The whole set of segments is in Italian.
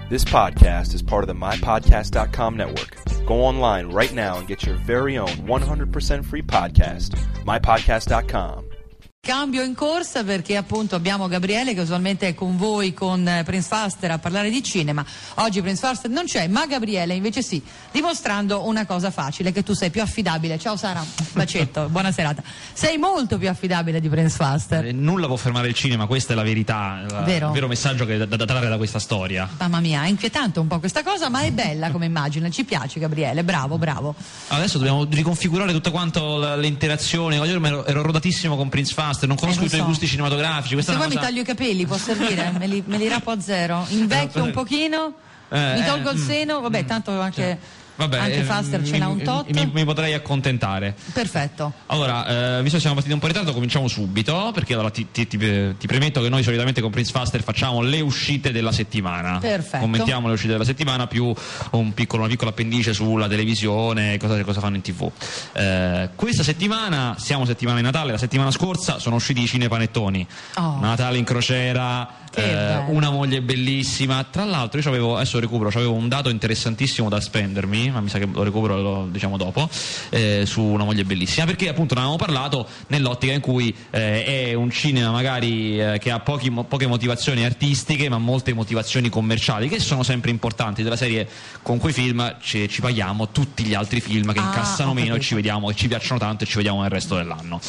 This podcast is part of the MyPodcast.com network. Go online right now and get your very own 100% free podcast, MyPodcast.com. Cambio in corsa perché appunto abbiamo Gabriele che usualmente è con voi con Prince Faster a parlare di cinema. Oggi Prince Faster non c'è, ma Gabriele invece sì, dimostrando una cosa facile, che tu sei più affidabile. Ciao Sara, bacetto, buona serata. Sei molto più affidabile di Prince Faster. Nulla può fermare il cinema, questa è la verità, il vero messaggio che da trarre da questa storia. Mamma mia, è inquietante un po' questa cosa, ma è bella come immagine, ci piace Gabriele, bravo. Adesso dobbiamo riconfigurare tutto quanto le interazioni. Io ero rodatissimo con Prince Faster, non conosco i tuoi gusti cinematografici. Se vuoi mi taglio i capelli, può servire? me li rapo a zero, invecchio un pochino, mi tolgo il seno, vabbè, tanto anche... Anche Faster ce n'ha un tot. Mi potrei accontentare. Perfetto. Allora, visto che siamo partiti un po' in ritardo, cominciamo subito, perché allora ti premetto che noi solitamente con Prince Faster facciamo le uscite della settimana. Perfetto. Commentiamo le uscite della settimana più una piccola appendice sulla televisione, cosa fanno in TV. Questa settimana siamo settimana di Natale, la settimana scorsa sono usciti i cinepanettoni. Natale in crociera, Una moglie bellissima. Tra l'altro io c'avevo un dato interessantissimo da spendermi, ma mi sa che lo recupero, lo diciamo dopo, su Una moglie bellissima, perché appunto ne avevamo parlato nell'ottica in cui è un cinema magari che ha poche motivazioni artistiche ma molte motivazioni commerciali, che sono sempre importanti, della serie con quei film ci paghiamo tutti gli altri film che incassano meno e ci vediamo, e ci piacciono tanto e ci vediamo nel resto dell'anno.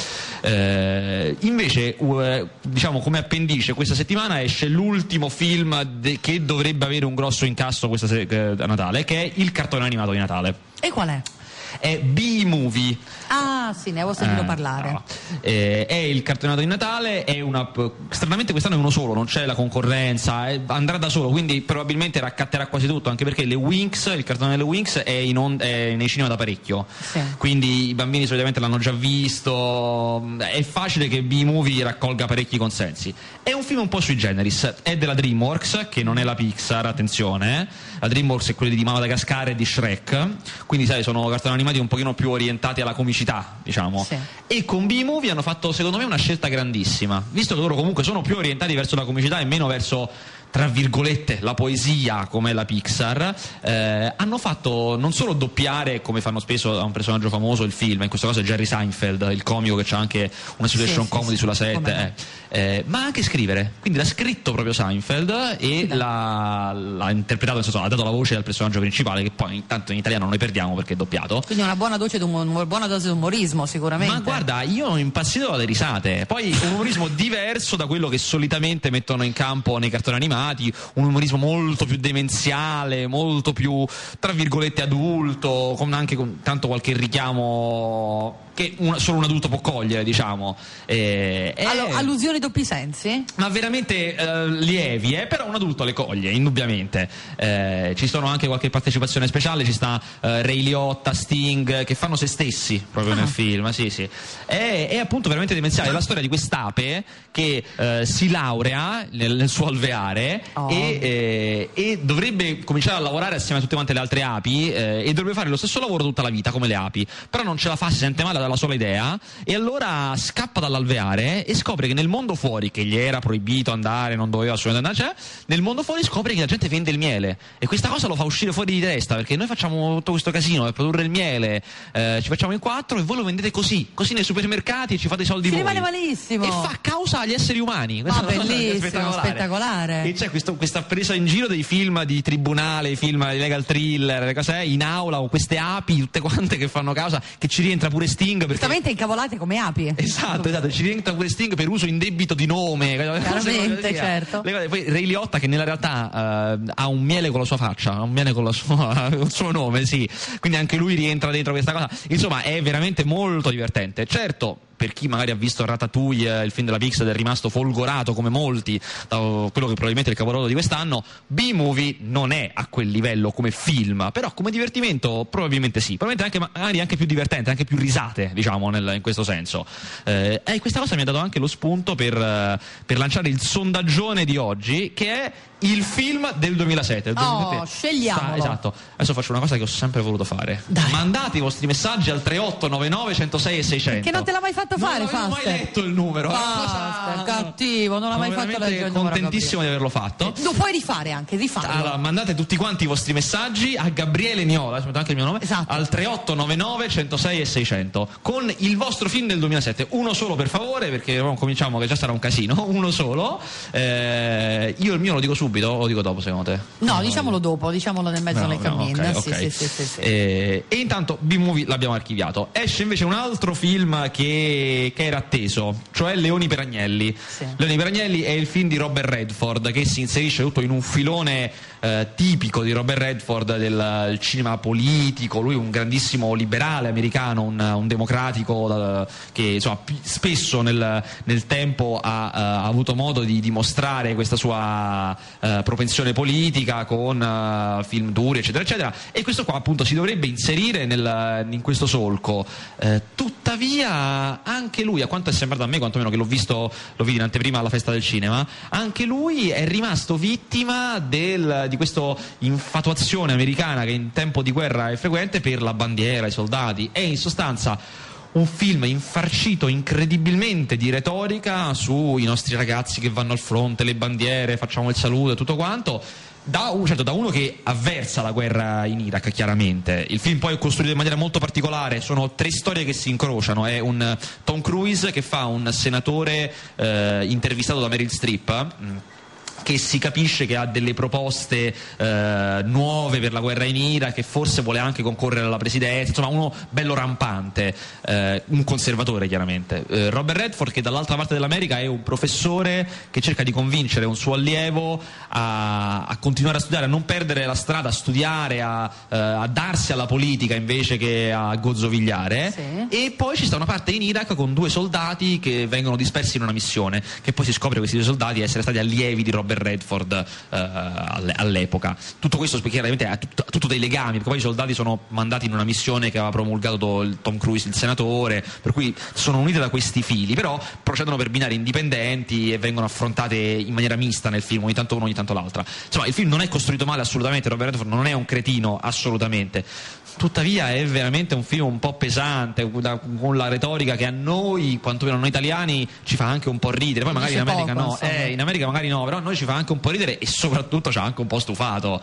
Invece diciamo come appendice questa settimana esce l'ultimo film che dovrebbe avere un grosso incasso a Natale, che è il cartone animato di Natale. E qual è? È B-Movie. Ah sì, ne avevo sentito parlare. No. È il cartonato di Natale, stranamente quest'anno è uno solo, non c'è la concorrenza, andrà da solo, quindi probabilmente raccatterà quasi tutto, anche perché le Winx, il cartone delle Winx è nei cinema da parecchio, sì. Quindi i bambini solitamente l'hanno già visto, è facile che B-Movie raccolga parecchi consensi. È un film un po' sui generis, è della DreamWorks, che non è la Pixar, attenzione. La DreamWorks è quella di Madagascar e di Shrek, quindi sai, sono cartoni animati un pochino più orientati alla comicità, diciamo. Sì. E con B-Movie hanno fatto secondo me una scelta grandissima, visto che loro comunque sono più orientati verso la comicità e meno verso, tra virgolette, la poesia come la Pixar. Hanno fatto non solo doppiare, come fanno spesso a un personaggio famoso, il film, in questo caso è Jerry Seinfeld, il comico che c'ha anche una situation comedy sulla set, ma anche scrivere, quindi l'ha scritto proprio Seinfeld e l'ha interpretato, nel senso, ha dato la voce al personaggio principale, che poi intanto in italiano noi perdiamo perché è doppiato, quindi una buona dose di umorismo sicuramente. Ma guarda, io ho impazzito dalle risate, poi un umorismo diverso da quello che solitamente mettono in campo nei cartoni animati, un umorismo molto più demenziale, molto più, tra virgolette, adulto, con anche tanto qualche richiamo che solo un adulto può cogliere, diciamo. Allusioni doppi sensi? Ma veramente lievi, però un adulto le coglie, indubbiamente. Ci sono anche qualche partecipazione speciale, ci sta Ray Liotta, Sting, che fanno se stessi proprio nel film, sì. È appunto veramente demenziale, è la storia di quest'ape che si laurea nel suo alveare e dovrebbe cominciare a lavorare assieme a tutte quante le altre api, e dovrebbe fare lo stesso lavoro tutta la vita come le api, però non ce la fa, si sente male dalla sola idea, e allora scappa dall'alveare e scopre che nel mondo fuori, che gli era proibito andare, non doveva assolutamente andare, nel mondo fuori scopre che la gente vende il miele, e questa cosa lo fa uscire fuori di testa, perché noi facciamo tutto questo casino per produrre il miele, ci facciamo in 4 e voi lo vendete così nei supermercati e ci fate i soldi voi. Rimane malissimo. E fa causa agli esseri umani. Bellissimo, spettacolare. E c'è questa presa in giro dei film di tribunale, i film di legal thriller, le cose in aula, con queste api tutte quante che fanno causa, che ci rientra pure Sting, perché... Giustamente incavolate come api. Esatto, ci rientra pure Sting per uso indebito di nome. Chiaramente, certo. Poi Ray Liotta, che nella realtà ha un miele con la sua faccia, ha un miele con il suo nome, sì. Quindi anche lui rientra dentro questa cosa. Insomma, è veramente molto divertente. Certo, per chi magari ha visto Ratatouille, il film della Pixar, è rimasto folgorato come molti da quello che probabilmente è il capolavoro di quest'anno, B-Movie non è a quel livello come film, però come divertimento probabilmente sì, probabilmente magari anche più divertente, anche più risate, diciamo, in questo senso. E questa cosa mi ha dato anche lo spunto per lanciare il sondaggione di oggi, che è il film del 2007. Scegliamolo. Esatto. Adesso faccio una cosa che ho sempre voluto fare. Dai. Mandate i vostri messaggi al 3899 106 e 600. Che non te l'ha mai fatto fatto fare, Non avevo mai letto il numero. Faster, cattivo, non l'ha mai fatto leggere il numero. Contentissimo di averlo fatto. Lo puoi rifare anche, rifarlo. Allora, mandate tutti quanti i vostri messaggi a Gabriele Niola, aspetta anche il mio nome, esatto, al 3899 106 e 600 con il vostro film del 2007, uno solo per favore, perché cominciamo che già sarà un casino, uno solo. Io il mio lo dico subito o lo dico dopo secondo te? No, diciamolo dopo, diciamolo nel mezzo nel cammin. Okay. Sì. E intanto B-Movie l'abbiamo archiviato. Esce invece un altro film che era atteso, cioè Leoni per Agnelli. Sì. Leoni per Agnelli è il film di Robert Redford che si inserisce tutto in un filone tipico di Robert Redford del cinema politico. Lui è un grandissimo liberale americano, un democratico che insomma spesso nel tempo ha avuto modo di dimostrare questa sua propensione politica con film duri eccetera eccetera, e questo qua appunto si dovrebbe inserire in questo solco. Tuttavia anche lui, a quanto è sembrato a me, quantomeno che lo vidi in anteprima alla festa del cinema, anche lui è rimasto vittima di questa infatuazione americana che in tempo di guerra è frequente per la bandiera, i soldati. È in sostanza un film infarcito incredibilmente di retorica sui nostri ragazzi che vanno al fronte, le bandiere, facciamo il saluto e tutto quanto, da uno che avversa la guerra in Iraq, chiaramente. Il film poi è costruito in maniera molto particolare, sono 3 storie che si incrociano. È un Tom Cruise che fa un senatore intervistato da Meryl Streep, che si capisce che ha delle proposte nuove per la guerra in Iraq, che forse vuole anche concorrere alla presidenza, insomma uno bello rampante, un conservatore chiaramente. Robert Redford, che dall'altra parte dell'America è un professore che cerca di convincere un suo allievo a continuare a studiare, a non perdere la strada, a studiare, a darsi alla politica invece che a gozzovigliare. Sì. E poi ci sta una parte in Iraq con 2 soldati che vengono dispersi in una missione, che poi si scopre questi 2 soldati essere stati allievi di Robert Redford all'epoca. Tutto questo chiaramente ha tutto dei legami, perché poi i soldati sono mandati in una missione che aveva promulgato Tom Cruise, il senatore, per cui sono unite da questi fili, però procedono per binari indipendenti e vengono affrontate in maniera mista nel film, ogni tanto uno, ogni tanto l'altra. Insomma, il film non è costruito male assolutamente, Robert Redford non è un cretino assolutamente, tuttavia è veramente un film un po' pesante, con la retorica che a noi, quantomeno a noi italiani, ci fa anche un po' ridere. Poi magari in America no, in America magari no, però a noi ci fa anche un po' ridere, e soprattutto ci ha anche un po' stufato,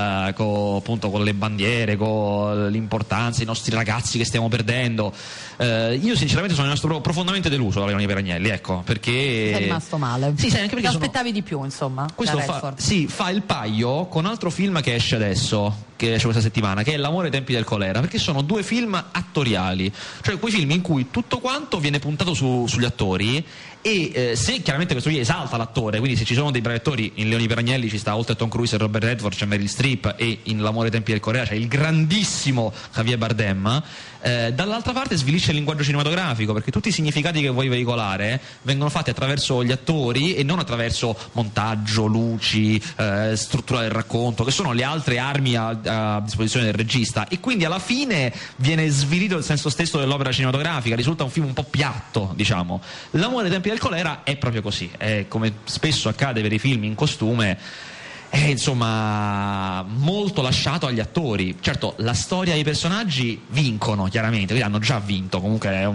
appunto con le bandiere, con l'importanza, i nostri ragazzi che stiamo perdendo. Io sinceramente sono rimasto profondamente deluso da Leoni per Agnelli, ecco, perché sei rimasto male. Sì, sai, anche perché ti aspettavi di più, insomma. Questo fa il paio con altro film che esce adesso, che esce questa settimana, che è L'amore ai tempi del colera, perché sono 2 film attoriali, cioè quei film in cui tutto quanto viene puntato sugli attori, e se chiaramente questo qui esalta l'attore, quindi se ci sono dei bravi attori, in Leoni per Agnelli ci sta, oltre a Tom Cruise e Robert Redford, c'è Meryl Streep, e in L'amore ai tempi del colera c'è il grandissimo Javier Bardem, dall'altra parte svilisce il linguaggio cinematografico, perché tutti i significati che vuoi veicolare vengono fatti attraverso gli attori e non attraverso montaggio, luci, struttura del racconto, che sono le altre armi a disposizione del regista, e quindi alla fine viene svilito il senso stesso dell'opera cinematografica, risulta un film un po' piatto, diciamo. L'amore ai tempi del colera è proprio così, è, come spesso accade per i film in costume, è insomma molto lasciato agli attori. Certo, la storia e i personaggi vincono chiaramente, quindi hanno già vinto, comunque è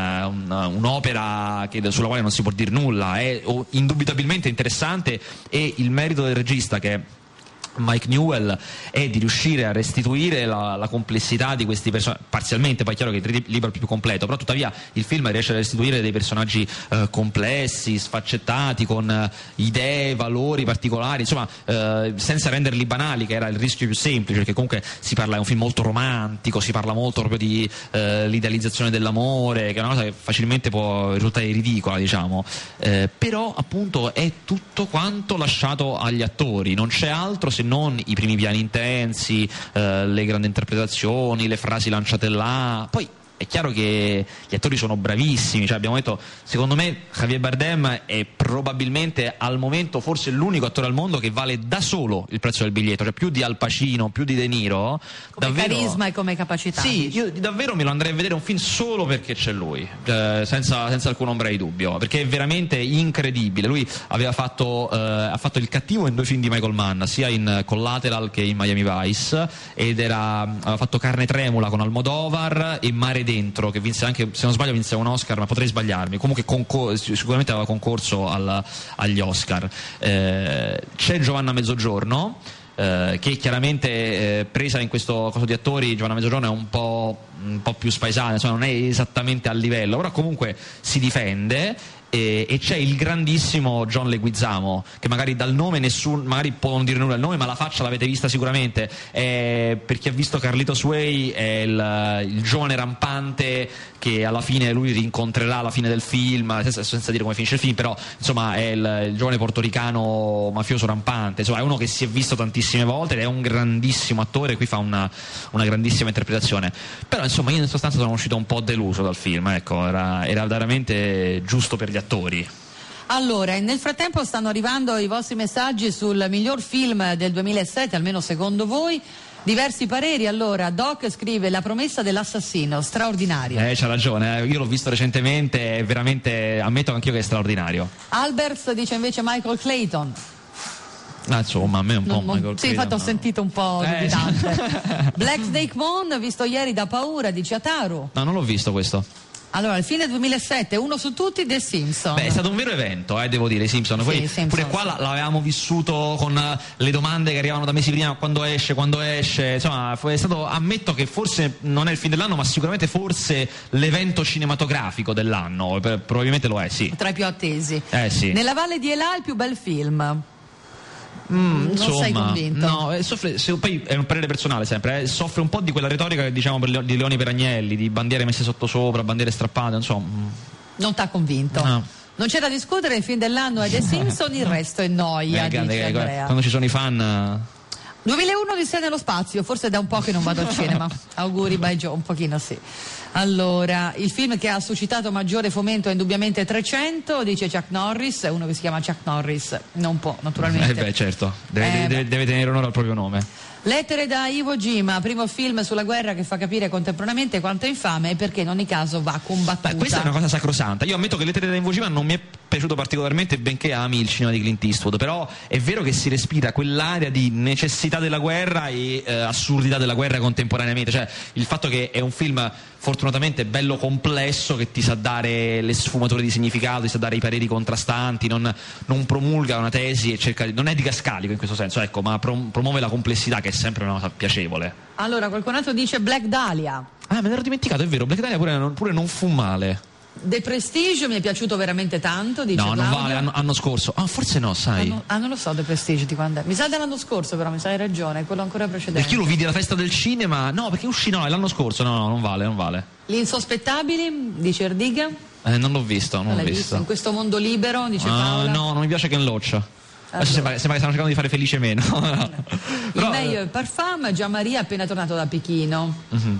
un'opera sulla quale non si può dire nulla, è indubitabilmente interessante, e il merito del regista, che Mike Newell, è di riuscire a restituire la complessità di questi personaggi, parzialmente, poi è chiaro che il libro è più completo, però tuttavia il film riesce a restituire dei personaggi complessi, sfaccettati, con idee, valori particolari, insomma, senza renderli banali, che era il rischio più semplice, perché comunque è un film molto romantico, si parla molto proprio di l'idealizzazione dell'amore, che è una cosa che facilmente può risultare ridicola, diciamo, però appunto è tutto quanto lasciato agli attori, non c'è altro se non i primi piani intensi, le grandi interpretazioni, le frasi lanciate là. Poi è chiaro che gli attori sono bravissimi, cioè abbiamo detto, secondo me Javier Bardem è probabilmente al momento forse l'unico attore al mondo che vale da solo il prezzo del biglietto, cioè più di Al Pacino, più di De Niro, come davvero, carisma e come capacità. Sì, io davvero me lo andrei a vedere un film solo perché c'è lui, senza alcun ombra di dubbio, perché è veramente incredibile. Lui ha fatto il cattivo in 2 film di Michael Mann, sia in Collateral che in Miami Vice, ed aveva fatto Carne tremula con Almodovar e Mare dentro, che vinse anche, se non sbaglio vinse un Oscar, ma potrei sbagliarmi, comunque sicuramente aveva concorso agli Oscar. C'è Giovanna Mezzogiorno, che chiaramente presa in questo coso di attori, Giovanna Mezzogiorno è un po' più spaesata, insomma non è esattamente a livello, però comunque si difende. E c'è il grandissimo John Leguizamo, che magari dal nome magari può non dire nulla il nome, ma la faccia l'avete vista sicuramente. Per chi ha visto Carlitos Way è il giovane rampante che alla fine lui rincontrerà alla fine del film, senza dire come finisce il film, però insomma è il giovane portoricano mafioso rampante, insomma è uno che si è visto tantissime volte ed è un grandissimo attore, qui fa una grandissima interpretazione. Però insomma io in sostanza sono uscito un po' deluso dal film, ecco, era veramente giusto per gli attori. Allora, nel frattempo stanno arrivando i vostri messaggi sul miglior film del 2007, almeno secondo voi. Diversi pareri. Allora, Doc scrive La promessa dell'assassino, straordinario. C'ha ragione, io l'ho visto recentemente e veramente ammetto anch'io che è straordinario. Alberts dice invece Michael Clayton. Insomma, a me un po' Michael Sì, infatti ho sentito un po' dubitante. Black Snake Moon, visto ieri da paura, dice Ataru. No, non l'ho visto questo. Allora, il film del 2007, uno su tutti, The Simpsons. Beh, è stato un vero evento, devo dire, i Simpsons. Poi Simpsons. Pure qua l'avevamo vissuto con le domande che arrivavano da mesi prima, quando esce. Insomma, è stato, ammetto che forse non è il film dell'anno, ma sicuramente forse l'evento cinematografico dell'anno. Probabilmente lo è, sì. Tra i più attesi. Sì. Nella Valle di Elà, il più bel film. Non sei convinto? No, poi è un parere personale sempre, soffre un po' di quella retorica che diciamo di Leoni per Agnelli, di bandiere messe sotto sopra, bandiere strappate, insomma. Non t'ha convinto? No. Non c'è da discutere, il film dell'anno è The Simpsons, il resto è noia, dice Andrea. Quando ci sono i fan... 2001 di sé nello spazio, forse è da un po' che non vado al cinema. Auguri, by Joe, un pochino sì. Allora, il film che ha suscitato maggiore fomento è indubbiamente 300, dice Chuck Norris, è uno che si chiama Chuck Norris, non può naturalmente. Certo, deve tenere onore al proprio nome. Lettere da Iwo Jima, primo film sulla guerra che fa capire contemporaneamente quanto è infame e perché in ogni caso va combattuta. Questa è una cosa sacrosanta. Io ammetto che Lettere da Iwo Jima non mi è piaciuto particolarmente, benché ami il cinema di Clint Eastwood, però è vero che si respira quell'area di necessità della guerra e assurdità della guerra contemporaneamente, cioè il fatto che è un film fortunatamente bello complesso, che ti sa dare le sfumature di significato, ti sa dare i pareri contrastanti, non promulga una tesi e non è didascalico in questo senso, ecco, ma promuove la complessità, che è sempre una cosa piacevole. Allora, qualcun altro dice Black Dahlia. Me l'ero dimenticato, è vero, Black Dahlia pure non fu male. The Prestige mi è piaciuto veramente tanto, dice No, non Claudio. vale, anno scorso. Forse no, sai. Non lo so The Prestige di quando è. Mi sa dell'anno scorso, però mi sa hai ragione, quello ancora precedente. Perché io lo vidi alla festa del cinema, no, perché uscì, no, è l'anno scorso, no, non vale. Gli Insospettabili, dice Erdiga. Non l'ho visto, non l'ho visto. In questo mondo libero, dice Paola. No, non mi piace Ken Loach. Adesso sembra che stanno cercando di fare felice meno. Il meglio è Parfum, Gianmaria appena tornato da Pechino.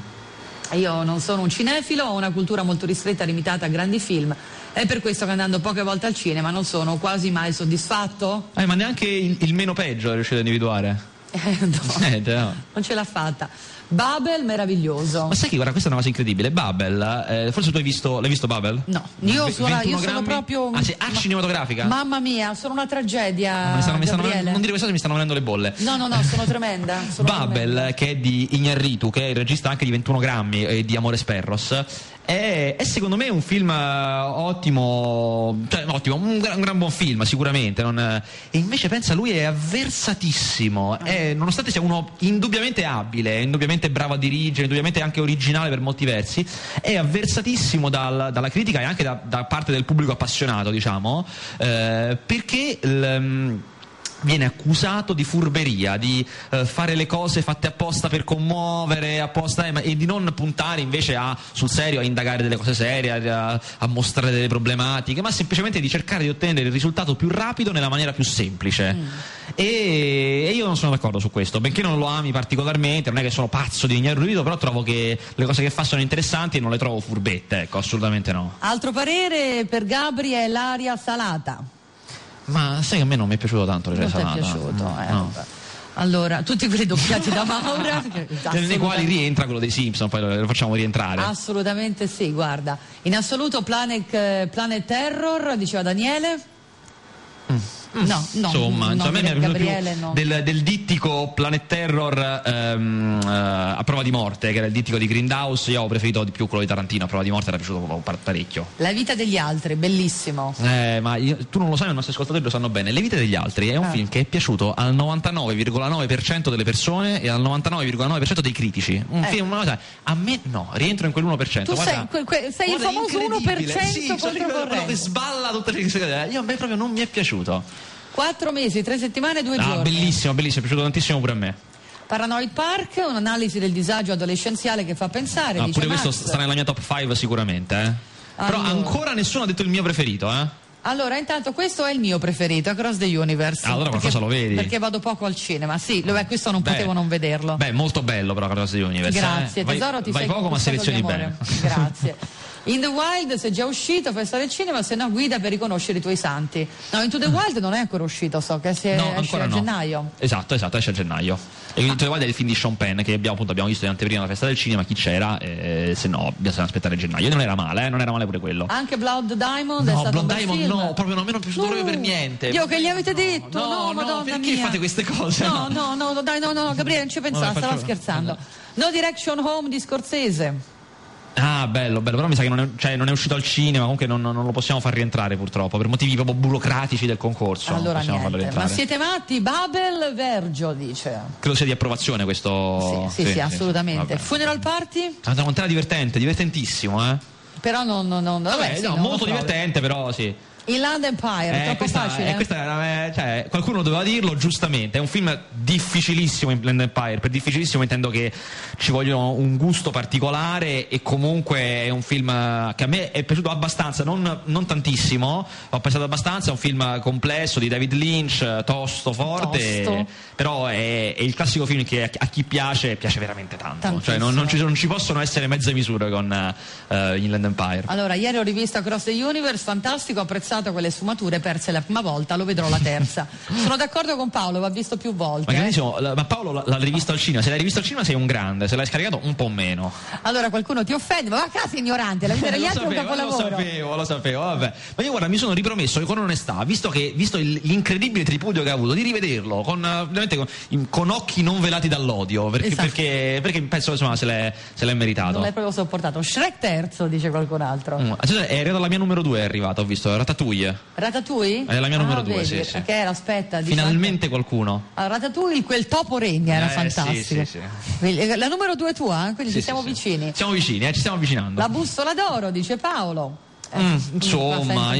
Io non sono un cinefilo, ho una cultura molto ristretta, limitata a grandi film. È per questo che andando poche volte al cinema non sono quasi mai soddisfatto. Ma neanche il meno peggio è riuscito a individuare. No. Non ce l'ha fatta. Babel, meraviglioso. Ma sai che, guarda, questa è una cosa incredibile. Babel, forse tu l'hai visto Babel? No, io sono proprio. Cinematografica? Mamma mia, sono una tragedia. Non dire questo, mi stanno venendo le bolle. No, sono tremenda. Babel, che è di Iñárritu, che è il regista anche di 21 grammi e di Amores Perros. È secondo me un film ottimo, un gran buon film sicuramente, e invece pensa, lui è avversatissimo, nonostante sia uno indubbiamente abile, indubbiamente bravo a dirigere, indubbiamente anche originale per molti versi, è avversatissimo dalla critica e anche da parte del pubblico appassionato, diciamo, perché viene accusato di furberia, di fare le cose fatte apposta per commuovere, e di non puntare invece sul serio a indagare delle cose serie, a mostrare delle problematiche, ma semplicemente di cercare di ottenere il risultato più rapido nella maniera più semplice. E io non sono d'accordo su questo, benché non lo ami particolarmente, non è che sono pazzo di Iñárritu, però trovo che le cose che fa sono interessanti e non le trovo furbette, ecco, assolutamente no. Altro parere per Gabri è l'aria salata. Ma sai che a me non mi è piaciuto tanto Non ti è piaciuto? No. Allora, tutti quelli doppiati da Maura nei quali rientra quello dei Simpson, poi lo facciamo rientrare. Assolutamente sì, guarda. In assoluto Planet Terror, diceva Daniele. insomma, a me mi è piaciuto Gabriele, più no. del dittico Planet Terror a prova di morte, che era il dittico di Grindhouse. Io ho preferito di più quello di Tarantino. A prova di morte era piaciuto parecchio. La vita degli altri, bellissimo. Ma tu non lo sai, ma i nostri ascoltatori lo sanno bene. Le vite degli altri è un film che è piaciuto al 99,9% delle persone e al 99,9% dei critici. Un film, una cosa, a me no, rientro in quell'1%. Tu sei il famoso 1% controcorrente. Che sballa tutte le cose. A me proprio non mi è piaciuto. 4 mesi, 3 settimane, 2 giorni. Bellissimo, è piaciuto tantissimo pure a me. Paranoid Park, un'analisi del disagio adolescenziale che fa pensare. Pure questo sta nella mia top 5 sicuramente. Però ancora nessuno ha detto il mio preferito, Allora, intanto questo è il mio preferito, Across the Universe. Allora qualcosa lo vedi? Perché vado poco al cinema, sì, questo non potevo non vederlo. Molto bello però Across the Universe. Grazie, tesoro, ti vai sei poco ma selezioni bene. Grazie. In the Wild, se è già uscito, festa del cinema, se no guida per riconoscere i tuoi santi. No, Into the Wild non è ancora uscito, so che esce a gennaio. Esatto, esce a gennaio. E Into the Wild è il film di Sean Penn che abbiamo visto in anteprima alla festa del cinema, chi c'era, se no bisogna aspettare gennaio. Non era male pure quello. Anche Blood Diamond è stato un bel film. No, proprio non mi è piaciuto proprio per niente. Io che gli avete detto, no, madonna perché mia. fate queste cose? No, Gabriele, non ci pensare, stava scherzando. No Direction Home di Scorsese. Bello, però mi sa che non è uscito al cinema, comunque non lo possiamo far rientrare purtroppo, per motivi proprio burocratici del concorso. Allora niente, ma siete matti? Babel Vergio dice. Credo sia di approvazione questo. Sì, assolutamente. Funeral Party? Una montata divertentissimo, Però molto divertente, però sì. Inland Empire, troppo facile. Qualcuno doveva dirlo giustamente. È un film difficilissimo, Inland Empire. Per difficilissimo intendo che ci vogliono un gusto particolare, e comunque è un film che a me è piaciuto abbastanza, non tantissimo, ho pensato abbastanza. È un film complesso di David Lynch, tosto, forte, però è il classico film che a chi piace veramente tanto. Cioè, non ci possono essere mezze misure con Inland Empire. Allora, ieri ho rivisto Across the Universe, fantastico, ho apprezzato quelle sfumature perse la prima volta, lo vedrò la terza. Sono d'accordo con Paolo, va visto più volte. Ma Paolo l'ha rivisto al cinema. Se l'hai rivisto al cinema sei un grande, se l'hai scaricato un po' meno. Allora qualcuno ti offende, ma va a casa ignorante, la vita degli altri è un capolavoro. Lo sapevo, vabbè. Ma io guarda, mi sono ripromesso con onestà, visto l'incredibile tripudio che ha avuto, di rivederlo con occhi non velati dall'odio, perché penso insomma se l'è meritato. Non l'hai proprio sopportato. Shrek terzo, dice qualcun altro. È arrivato alla mia numero 2, è arrivato, ho visto Ratatouille. È la mia numero 2, sì. Perché era, aspetta, finalmente qualcuno. Ratatouille, quel topo regna, era fantastico. Sì. La numero 2 tua, quindi ci siamo vicini. Siamo vicini, ci stiamo avvicinando. La bussola d'oro, dice Paolo. Insomma,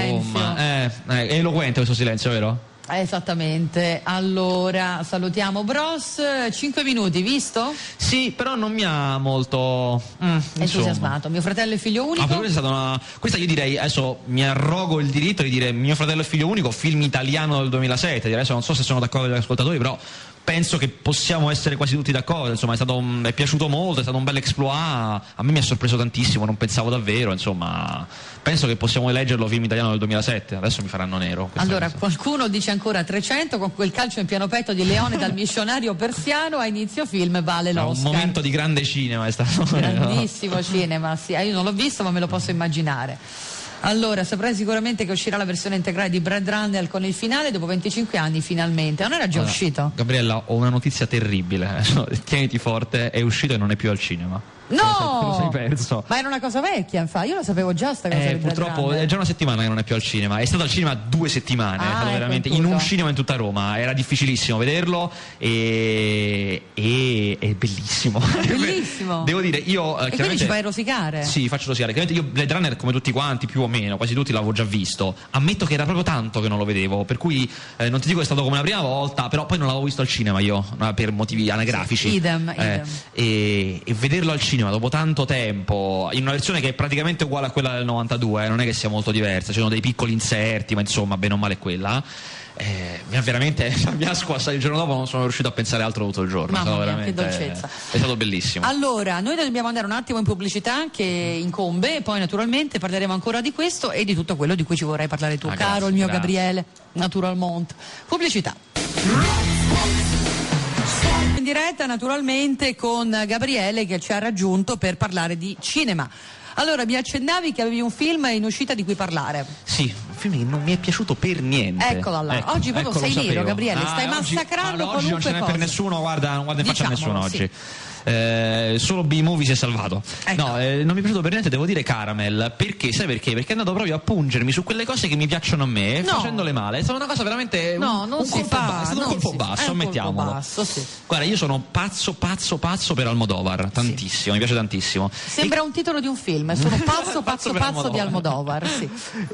è eloquente questo silenzio, vero? Esattamente. Allora salutiamo Bros. 5 minuti, visto? Sì, però non mi ha molto entusiasmato. Mio fratello e figlio unico. Questa io direi, adesso mi arrogo il diritto di dire Mio fratello e figlio unico, film italiano del 2007. Adesso non so se sono d'accordo con gli ascoltatori, però penso che possiamo essere quasi tutti d'accordo. Insomma, è piaciuto molto, è stato un bel exploit. A me mi ha sorpreso tantissimo, non pensavo davvero. Insomma, penso che possiamo eleggerlo film italiano del 2007. Adesso mi faranno nero. Allora, qualcuno dice ancora 300 con quel calcio in piano petto di Leone dal missionario persiano a inizio film vale l'Oscar. Un momento di grande cinema è stato. Grandissimo cinema, sì. Io non l'ho visto, ma me lo posso immaginare. Allora, saprai sicuramente che uscirà la versione integrale di Blade Runner con il finale dopo 25 anni finalmente. Non era già uscito? Gabriella, ho una notizia terribile. Tieniti forte, è uscito e non è più al cinema. No! Te lo sei perso. Ma era una cosa vecchia, infatti. Io lo sapevo già sta cosa. Purtroppo è già una settimana che non è più al cinema. È stato al cinema 2 settimane. Veramente in un cinema in tutta Roma. Era difficilissimo vederlo e è bellissimo. Bellissimo. Devo dire, io e quindi ci fai rosicare? Sì, faccio rosicare. Chiaramente io Blade Runner, come tutti quanti, più o meno, quasi tutti l'avevo già visto. Ammetto che era proprio tanto che non lo vedevo. Per cui non ti dico che è stato come la prima volta, però poi non l'avevo visto al cinema io, per motivi anagrafici. Sì, idem. E vederlo al cinema dopo tanto tempo in una versione che è praticamente uguale a quella del 92, non è che sia molto diversa, ci sono dei piccoli inserti, ma insomma bene o male è quella. Mi ha veramente mi ha squassato. Il giorno dopo non sono riuscito a pensare altro tutto il giorno. Mamma mia, che dolcezza. È stato bellissimo. Allora, noi dobbiamo andare un attimo in pubblicità che incombe, e poi naturalmente parleremo ancora di questo e di tutto quello di cui ci vorrai parlare tu, caro il mio Gabriele Naturalmente. Pubblicità. In diretta naturalmente con Gabriele che ci ha raggiunto per parlare di cinema. Allora, mi accennavi che avevi un film in uscita di cui parlare. Sì, film che non mi è piaciuto per niente. Eccola là. Ecco, oggi proprio sei nero, Gabriele, stai oggi, massacrando oggi non ce n'è cosa. per nessuno, guarda, non guarda in faccia a nessuno Diciamolo, oggi. Solo B-Movie si è salvato. Ecco. No, non mi è piaciuto per niente, devo dire Caramel. Perché? Sai perché? Perché è andato proprio a pungermi su quelle cose che mi piacciono a me, No. facendole male. È stata una cosa veramente No, non un si colpo fa, basso, è stato un non colpo si- basso, è un ammettiamolo. colpo basso, sì. Guarda, io sono pazzo per Almodovar, tantissimo, mi piace tantissimo. Sembra un titolo di un film, sono pazzo per di Almodovar, sì.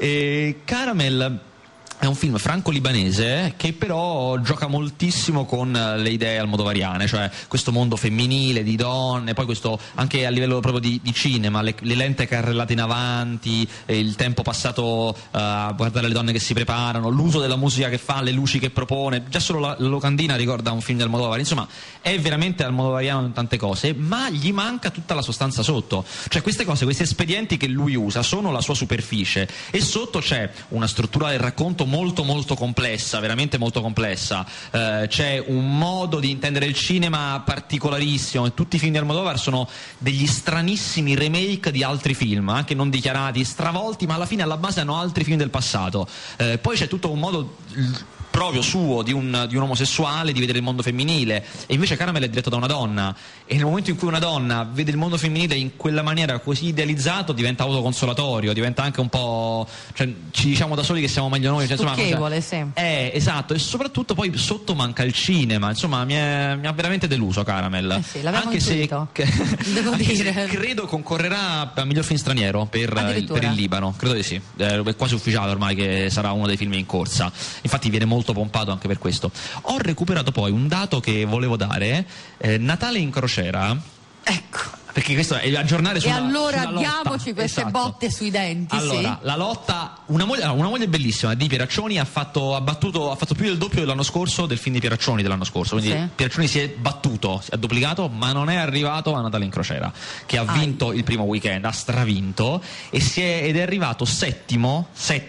E Caramel è un film franco-libanese che però gioca moltissimo con le idee almodovariane, cioè questo mondo femminile, di donne, poi questo anche a livello proprio di cinema, le lente carrellate in avanti, il tempo passato a guardare le donne che si preparano, l'uso della musica che fa, le luci che propone, già solo la locandina ricorda un film di Almodovar, insomma è veramente almodovariano in tante cose, ma gli manca tutta la sostanza sotto, cioè queste cose, questi espedienti che lui usa sono la sua superficie e sotto c'è una struttura del racconto molto molto complessa, veramente molto complessa, c'è un modo di intendere il cinema particolarissimo e tutti i film di Almodovar sono degli stranissimi remake di altri film, anche non dichiarati, stravolti, ma alla fine alla base hanno altri film del passato. Poi c'è tutto un modo proprio suo di un omosessuale di vedere il mondo femminile, e invece Caramel è diretto da una donna, e nel momento in cui una donna vede il mondo femminile in quella maniera così idealizzato diventa autoconsolatorio, diventa anche un po', cioè, ci diciamo da soli che siamo meglio noi, cioè, insomma, Stucchevole, sì. esatto, e soprattutto poi sotto manca il cinema, insomma mi ha veramente deluso Caramel, sì, l'avevamo anche se intuito. Devo anche dire. se credo concorrerà a miglior film straniero per Addirittura. il Libano, credo di sì, è quasi ufficiale ormai che sarà uno dei film in corsa, infatti viene molto pompato anche per questo. Ho recuperato poi un dato che volevo dare, Natale in crociera, Ecco. perché questo è aggiornare sulla E allora sulla diamoci lotta. queste Esatto. botte sui denti, Allora, sì. la lotta, una moglie bellissima di Pieraccioni ha fatto più del doppio dell'anno scorso del film di Pieraccioni dell'anno scorso, quindi Sì. Pieraccioni si è battuto, si è duplicato, ma non è arrivato a Natale in crociera, che ha vinto il primo weekend, ha stravinto ed è arrivato settimo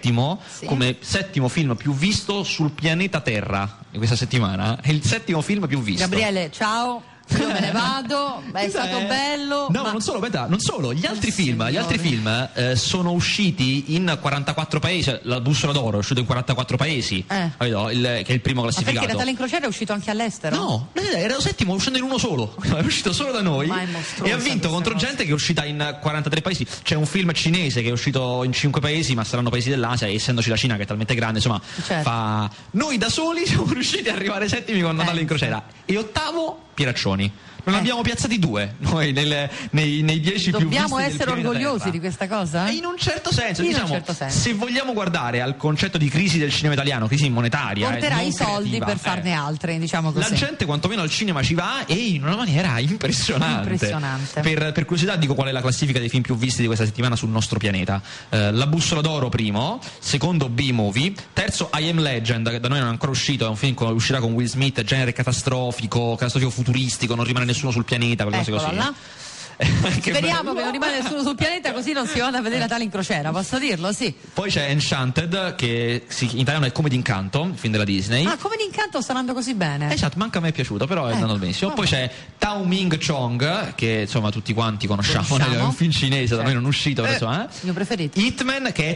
Sì. come settimo film più visto sul pianeta Terra in questa settimana, è il settimo film più visto. Gabriele, ciao. Io me ne vado, è stato bello. No, ma non solo, aspetta, non solo, gli altri Signore. film sono usciti in 44 paesi, cioè, la bussola d'oro è uscito in 44 paesi, capito? Che è il primo Ma classificato. perché Natale in crociera è uscito anche all'estero? No, era lo settimo, uscendo in uno solo, è uscito solo da noi Ma è mostruosa e ha vinto questa contro cosa. gente che è uscita in 43 paesi. C'è un film cinese che è uscito in 5 paesi, ma saranno paesi dell'Asia, e essendoci la Cina che è talmente grande, insomma, Certo. noi da soli siamo riusciti ad arrivare settimi con Natale in crociera, e ottavo Pieraccioni. Non abbiamo piazzati due noi nei 10 più visti Dobbiamo del essere pianeta orgogliosi Terra. di questa cosa? E in un certo senso, In un diciamo, certo senso. se vogliamo guardare al concetto di crisi del cinema italiano, crisi monetaria, Porterai non i soldi creativa, per farne altre, diciamo così. la gente quantomeno al cinema ci va, e in una maniera impressionante. Per curiosità dico qual è la classifica dei film più visti di questa settimana sul nostro pianeta. La bussola d'oro primo, secondo B-Movie, terzo I Am Legend, che da noi non è ancora uscito, è un film che uscirà con Will Smith, genere catastrofico futuristico, non rimane nessuno sul pianeta, quelle cose Eccola così. là. Speriamo che non rimane nessuno sul pianeta, così non si vada a vedere Natale in crociera, posso dirlo? Sì. Poi c'è Enchanted, che in italiano è Come d'Incanto, il film della Disney. Ah, come d'incanto sta andando così bene. Esatto, manca a me è piaciuto, però è andato benissimo. Poi c'è Tao Ming Chong, che insomma tutti quanti conosciamo. È un film cinese, da noi non uscito, però, insomma, mio preferito. Hitman, che è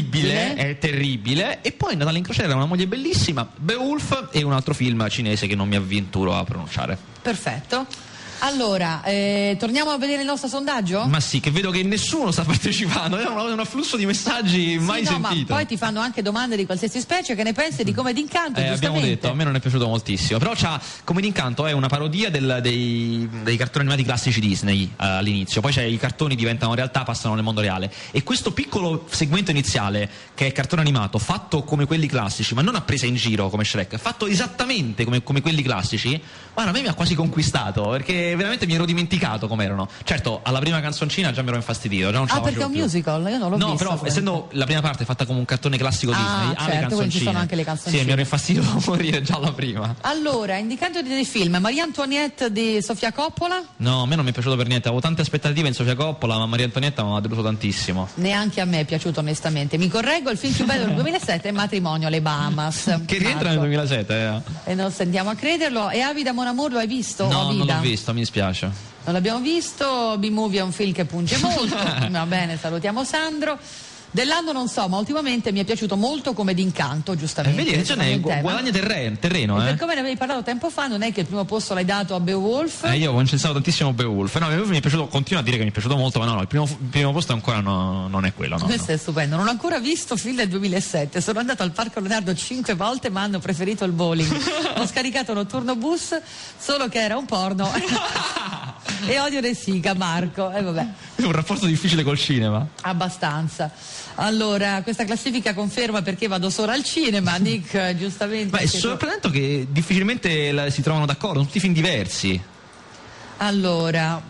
terribile, e poi Natale in crociera, una moglie bellissima, Beowulf, e un altro film cinese che non mi avventuro a pronunciare. Perfetto. Allora, torniamo a vedere il nostro sondaggio? Ma sì, che vedo che nessuno sta partecipando, è un afflusso di messaggi mai sì, no, sentito. ma poi ti fanno anche domande di qualsiasi specie, che ne pensi di Come d'incanto, Abbiamo giustamente. detto, a me non è piaciuto moltissimo, però Come d'incanto è una parodia dei cartoni animati classici Disney all'inizio, poi i cartoni diventano realtà, passano nel mondo reale, e questo piccolo segmento iniziale, che è cartone animato fatto come quelli classici, ma non a presa in giro come Shrek, fatto esattamente come quelli classici, guarda, a me mi ha quasi conquistato, perché veramente mi ero dimenticato com'erano. Certo, alla prima canzoncina già mi ero infastidito, già non ce la perché è facevo un più. musical? Io non l'ho visto. No, però quello. essendo la prima parte fatta come un cartone classico Disney, ha le certo, quindi canzoncine. ci sono anche le canzoncine. Sì, mi ero infastidito da morire già alla prima. Allora, indicando dei film, Maria Antonietta di Sofia Coppola? No, a me non mi è piaciuto per niente, avevo tante aspettative in Sofia Coppola, ma Maria Antonietta mi ha deluso tantissimo. Neanche a me è piaciuto onestamente. Mi correggo, il film più bello del 2007 è Matrimonio alle Bahamas. Che rientra nel 2007, E non stendiamo a crederlo. E Avida Mon Amour lo hai visto? No, O non Vida? l'ho visto, mi dispiace. Non l'abbiamo visto. B-Movie è un film che punge molto. Va bene, salutiamo Sandro. Dell'anno non so, ma ultimamente mi è piaciuto molto come d'Incanto, giustamente. Vedi, guadagna terreno. Per come ne avevi parlato tempo fa, non è che il primo posto l'hai dato a Beowulf? Io ho incensato tantissimo Beowulf. No, Beowulf mi è piaciuto, continuo a dire che mi è piaciuto molto, ma no, il primo posto ancora non è quello. Questo è stupendo. Non ho ancora visto film del 2007. Sono andato al Parco Leonardo 5 volte, ma hanno preferito il bowling. Ho scaricato Notturno Bus, solo che era un porno. E odio De Sica, Marco. Vabbè. È un rapporto difficile col cinema. Abbastanza. Allora, questa classifica conferma perché vado solo al cinema, Nick, giustamente. Ma è sorprendente che difficilmente si trovano d'accordo, sono tutti film diversi. Allora,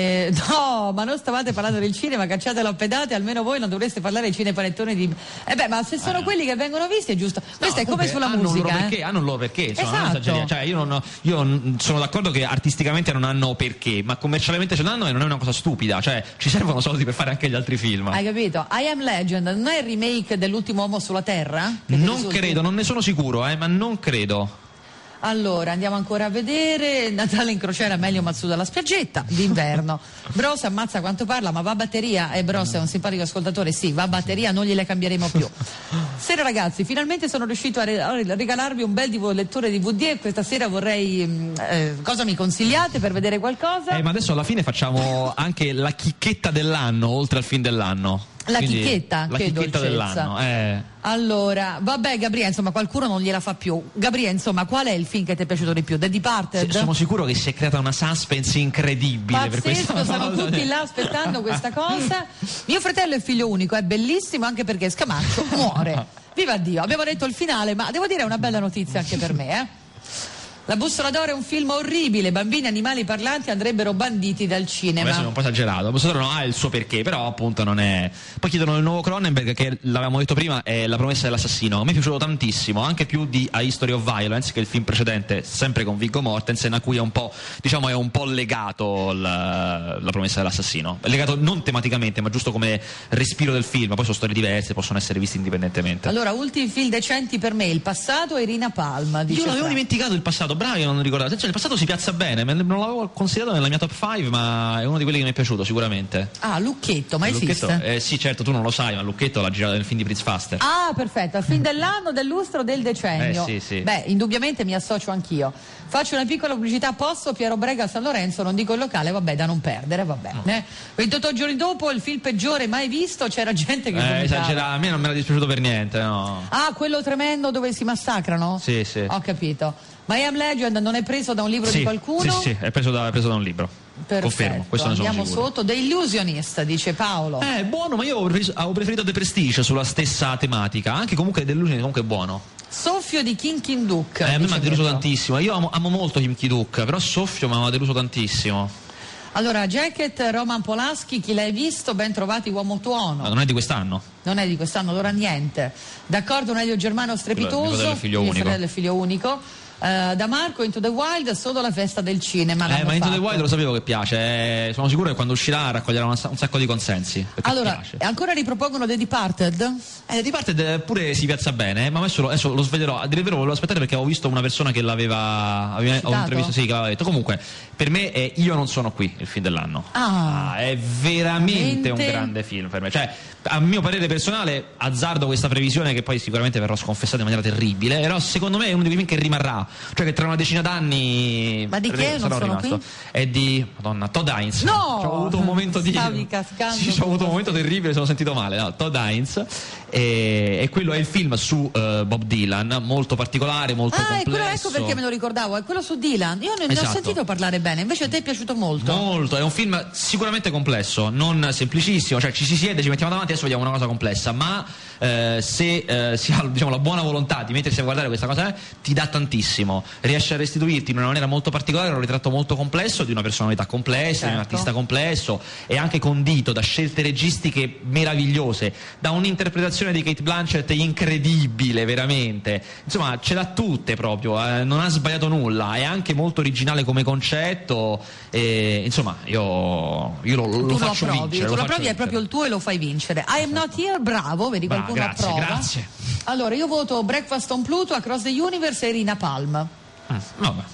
no, ma non stavate parlando del cinema, cacciatelo a pedate, almeno voi non dovreste parlare dei cinepanettoni di... ma se sono quelli che vengono visti è giusto. Questo è come sulla musica. Hanno un loro perché, insomma, esatto. Cioè, io sono d'accordo che artisticamente non hanno perché, ma commercialmente ce l'hanno e non è una cosa stupida, cioè ci servono soldi per fare anche gli altri film. Hai capito? I Am Legend non è il remake dell'Ultimo uomo sulla Terra? Non credo, non ne sono sicuro, ma non credo. Allora, andiamo ancora a vedere. Natale in crociera, meglio Matsuda alla spiaggetta d'inverno. Bros ammazza quanto parla, ma va a batteria. Bros è un simpatico ascoltatore, sì, va a batteria, non gliele cambieremo più. Sera ragazzi, finalmente sono riuscito a regalarvi un bel lettore DVD e questa sera vorrei cosa mi consigliate per vedere qualcosa? Ma adesso alla fine facciamo anche la chicchetta dell'anno, oltre al film dell'anno. La chicchetta? La che chicchetta dell'anno. Allora, vabbè Gabriele, insomma qualcuno non gliela fa più. Gabriele, insomma, qual è il film che ti è piaciuto di più? The Departed? Sono sicuro che si è creata una suspense incredibile. Pazzesco, per questa sono tutti là aspettando questa cosa. Mio fratello è figlio unico, è bellissimo anche perché Scamaccio muore. Viva Dio, abbiamo detto il finale, ma devo dire è una bella notizia anche per me, La bussola d'oro è un film orribile, bambini animali parlanti andrebbero banditi dal cinema. Adesso è un po' esagerato, la bussola d'oro non ha il suo perché, però appunto non è. Poi chiedono il nuovo Cronenberg, che l'avevamo detto prima, è La promessa dell'assassino. A me è piaciuto tantissimo, anche più di A History of Violence, che è il film precedente, sempre con Viggo Mortensen, a cui è un po', diciamo, è un po' legato la promessa dell'assassino. È legato non tematicamente, ma giusto come respiro del film, poi sono storie diverse, possono essere viste indipendentemente. Allora, ultimi film decenti per me, Il passato e Irina Palma. Io l'avevo dimenticato Il passato. Bravi, non ricordavo. Cioè, il passato si piazza bene, non l'avevo considerato nella mia top 5, ma è uno di quelli che mi è piaciuto sicuramente. Ah, Lucchetto, ma esiste? Sì, certo, tu non lo sai, ma Lucchetto l'ha girato nel film di Prince Faster. Ah, perfetto, il film dell'anno, del lustro, del decennio. Sì. Beh, indubbiamente mi associo anch'io. Faccio una piccola pubblicità, posso? Piero Brega a San Lorenzo, non dico il locale, vabbè, da non perdere, vabbè. No. 28 giorni dopo, il film peggiore mai visto, c'era gente che vomitava. Esagera, a me non me era dispiaciuto per niente, no. Ah, quello tremendo dove si massacrano? Sì. Ho capito. Ma I Am Legend non è preso da un libro di qualcuno? Sì, è preso da un libro. Perfetto. Confermo, questo ne sono andiamo sicuro. sotto. The Illusionist, dice Paolo. Buono, ma io avevo preferito The Prestige sulla stessa tematica. Anche comunque The Illusionist comunque è buono. Soffio di Kim Ki-duk. A me mi ha deluso tantissimo. Io amo molto Kim Ki-duk, però Soffio mi ha deluso tantissimo. Allora, Jacket, Roman Polanski, chi l'hai visto? Ben trovati, Uomo Tuono. Ma non è di quest'anno? Non è di quest'anno, allora niente. D'accordo, un Elio Germano strepitoso. Mio fratello è figlio unico. Da Marco, Into the Wild, solo la festa del cinema. Ma Into the Wild lo sapevo che piace. Sono sicuro che quando uscirà raccoglierà un sacco di consensi. Allora, piace. ancora ripropongono The Departed? The Departed pure si piazza bene, ma adesso lo sveglierò. A dire il vero, volevo aspettare perché avevo visto una persona che l'aveva intervistato, sì, che l'aveva detto. Comunque, per me è Io non sono qui, il film dell'anno. È veramente un grande film per me. Cioè, a mio parere personale, azzardo questa previsione che poi sicuramente verrò sconfessata in maniera terribile, però secondo me è uno di quei film che rimarrà. Cioè che tra una decina d'anni. Ma di che non sono rimasto. Qui? È di Madonna, Todd Haynes. No! Ho avuto un momento di. Stavi cascando. Sì, ho avuto un momento terribile, sono sentito male. No, Todd Haynes. E quello è il film su Bob Dylan, molto particolare, molto complesso. Quello, ecco perché me lo ricordavo, è quello su Dylan. Io ne ho sentito parlare bene, invece a te è piaciuto molto. Molto, è un film sicuramente complesso, non semplicissimo, cioè ci si siede, ci mettiamo davanti, adesso vediamo una cosa complessa, ma se si ha, diciamo, la buona volontà di mettersi a guardare questa cosa, ti dà tantissimo, riesce a restituirti in una maniera molto particolare un ritratto molto complesso di una personalità complessa, di un artista complesso, e anche condito da scelte registiche meravigliose, da un'interpretazione di Cate Blanchett incredibile, veramente, insomma ce l'ha tutte proprio, non ha sbagliato nulla, è anche molto originale come concetto, insomma io lo faccio vincere. Tu lo provi, è proprio il tuo e lo fai vincere. I Am Not Here, bravo, vedi qualcuno approva. Grazie. Allora io voto Breakfast on Pluto, Across the Universe e Irina Palm. Vabbè.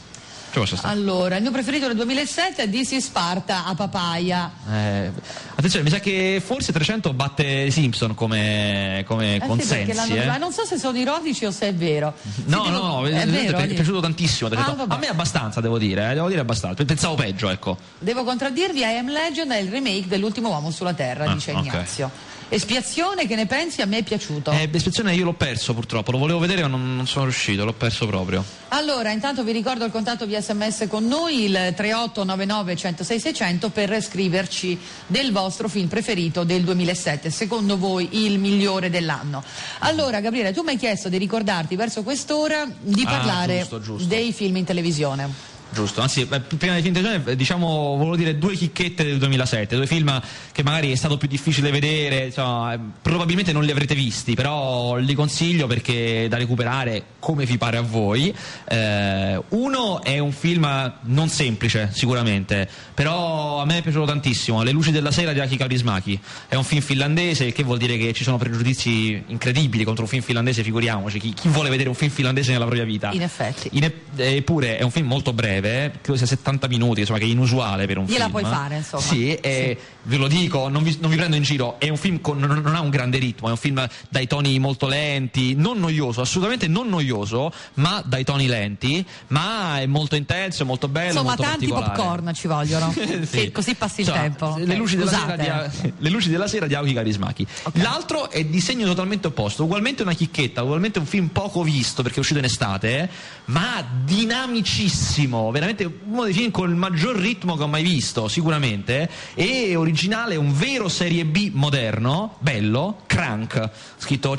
Allora, il mio preferito del 2007 è DC Sparta a Papaya. Attenzione, mi sa che forse 300 batte Simpson come consensi. Sì, non so se sono ironici o se è vero. No, è vero, è piaciuto tantissimo. A me abbastanza, devo dire abbastanza. Pensavo peggio, ecco. Devo contraddirvi, I Am Legend è il remake dell'Ultimo uomo sulla Terra, dice Ignazio. Okay. Espiazione, che ne pensi? A me è piaciuto. Espiazione io l'ho perso purtroppo, lo volevo vedere ma non sono riuscito, l'ho perso proprio. Allora, intanto vi ricordo il contatto via SMS con noi, il 3899 106 600, per scriverci del vostro film preferito del 2007, secondo voi il migliore dell'anno. Allora, Gabriele, tu mi hai chiesto di ricordarti verso quest'ora di parlare giusto. dei film in televisione. Giusto, anzi, prima dei film di televisione, volevo dire due chicchette del 2007, due film che magari è stato più difficile vedere, insomma, probabilmente non li avrete visti, però li consiglio perché da recuperare come vi pare a voi. Uno è un film non semplice, sicuramente, però a me è piaciuto tantissimo, Le luci della sera di Aki Kaurismäki. È un film finlandese, il che vuol dire che ci sono pregiudizi incredibili contro un film finlandese, figuriamoci, chi vuole vedere un film finlandese nella propria vita? In effetti. Eppure è un film molto breve, credo sia 70 minuti, insomma, che è inusuale per un film. Gliela puoi fare, insomma. Sì, ve lo dico, non vi prendo in giro, è un film non ha un grande ritmo, è un film dai toni molto lenti, non noioso, assolutamente non noioso, ma dai toni lenti, ma è molto intenso, è molto bello, insomma, molto tanti popcorn ci vogliono. Sì, così passi il tempo. Le luci della sera di Aki Kaurismäki. Okay. L'altro è di segno totalmente opposto, ugualmente una chicchetta, ugualmente un film poco visto perché è uscito in estate, ma dinamicissimo, veramente uno dei film con il maggior ritmo che ho mai visto, sicuramente, e originale, un vero serie B moderno, bello, Crank, scritto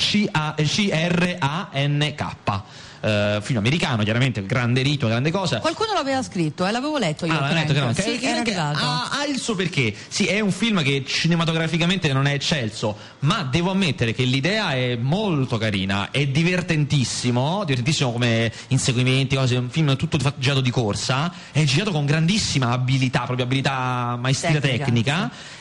C-R-A-N-K. Film americano, chiaramente, grande ritmo, grande cosa. Qualcuno l'aveva scritto, l'avevo letto io. Sì, era arrivato. Ha il suo perché. Sì, è un film che cinematograficamente non è eccelso, ma devo ammettere che l'idea è molto carina, è divertentissimo come inseguimenti, cose, un film tutto girato di corsa, è girato con grandissima abilità, proprio abilità, maestria tecnica. Sì.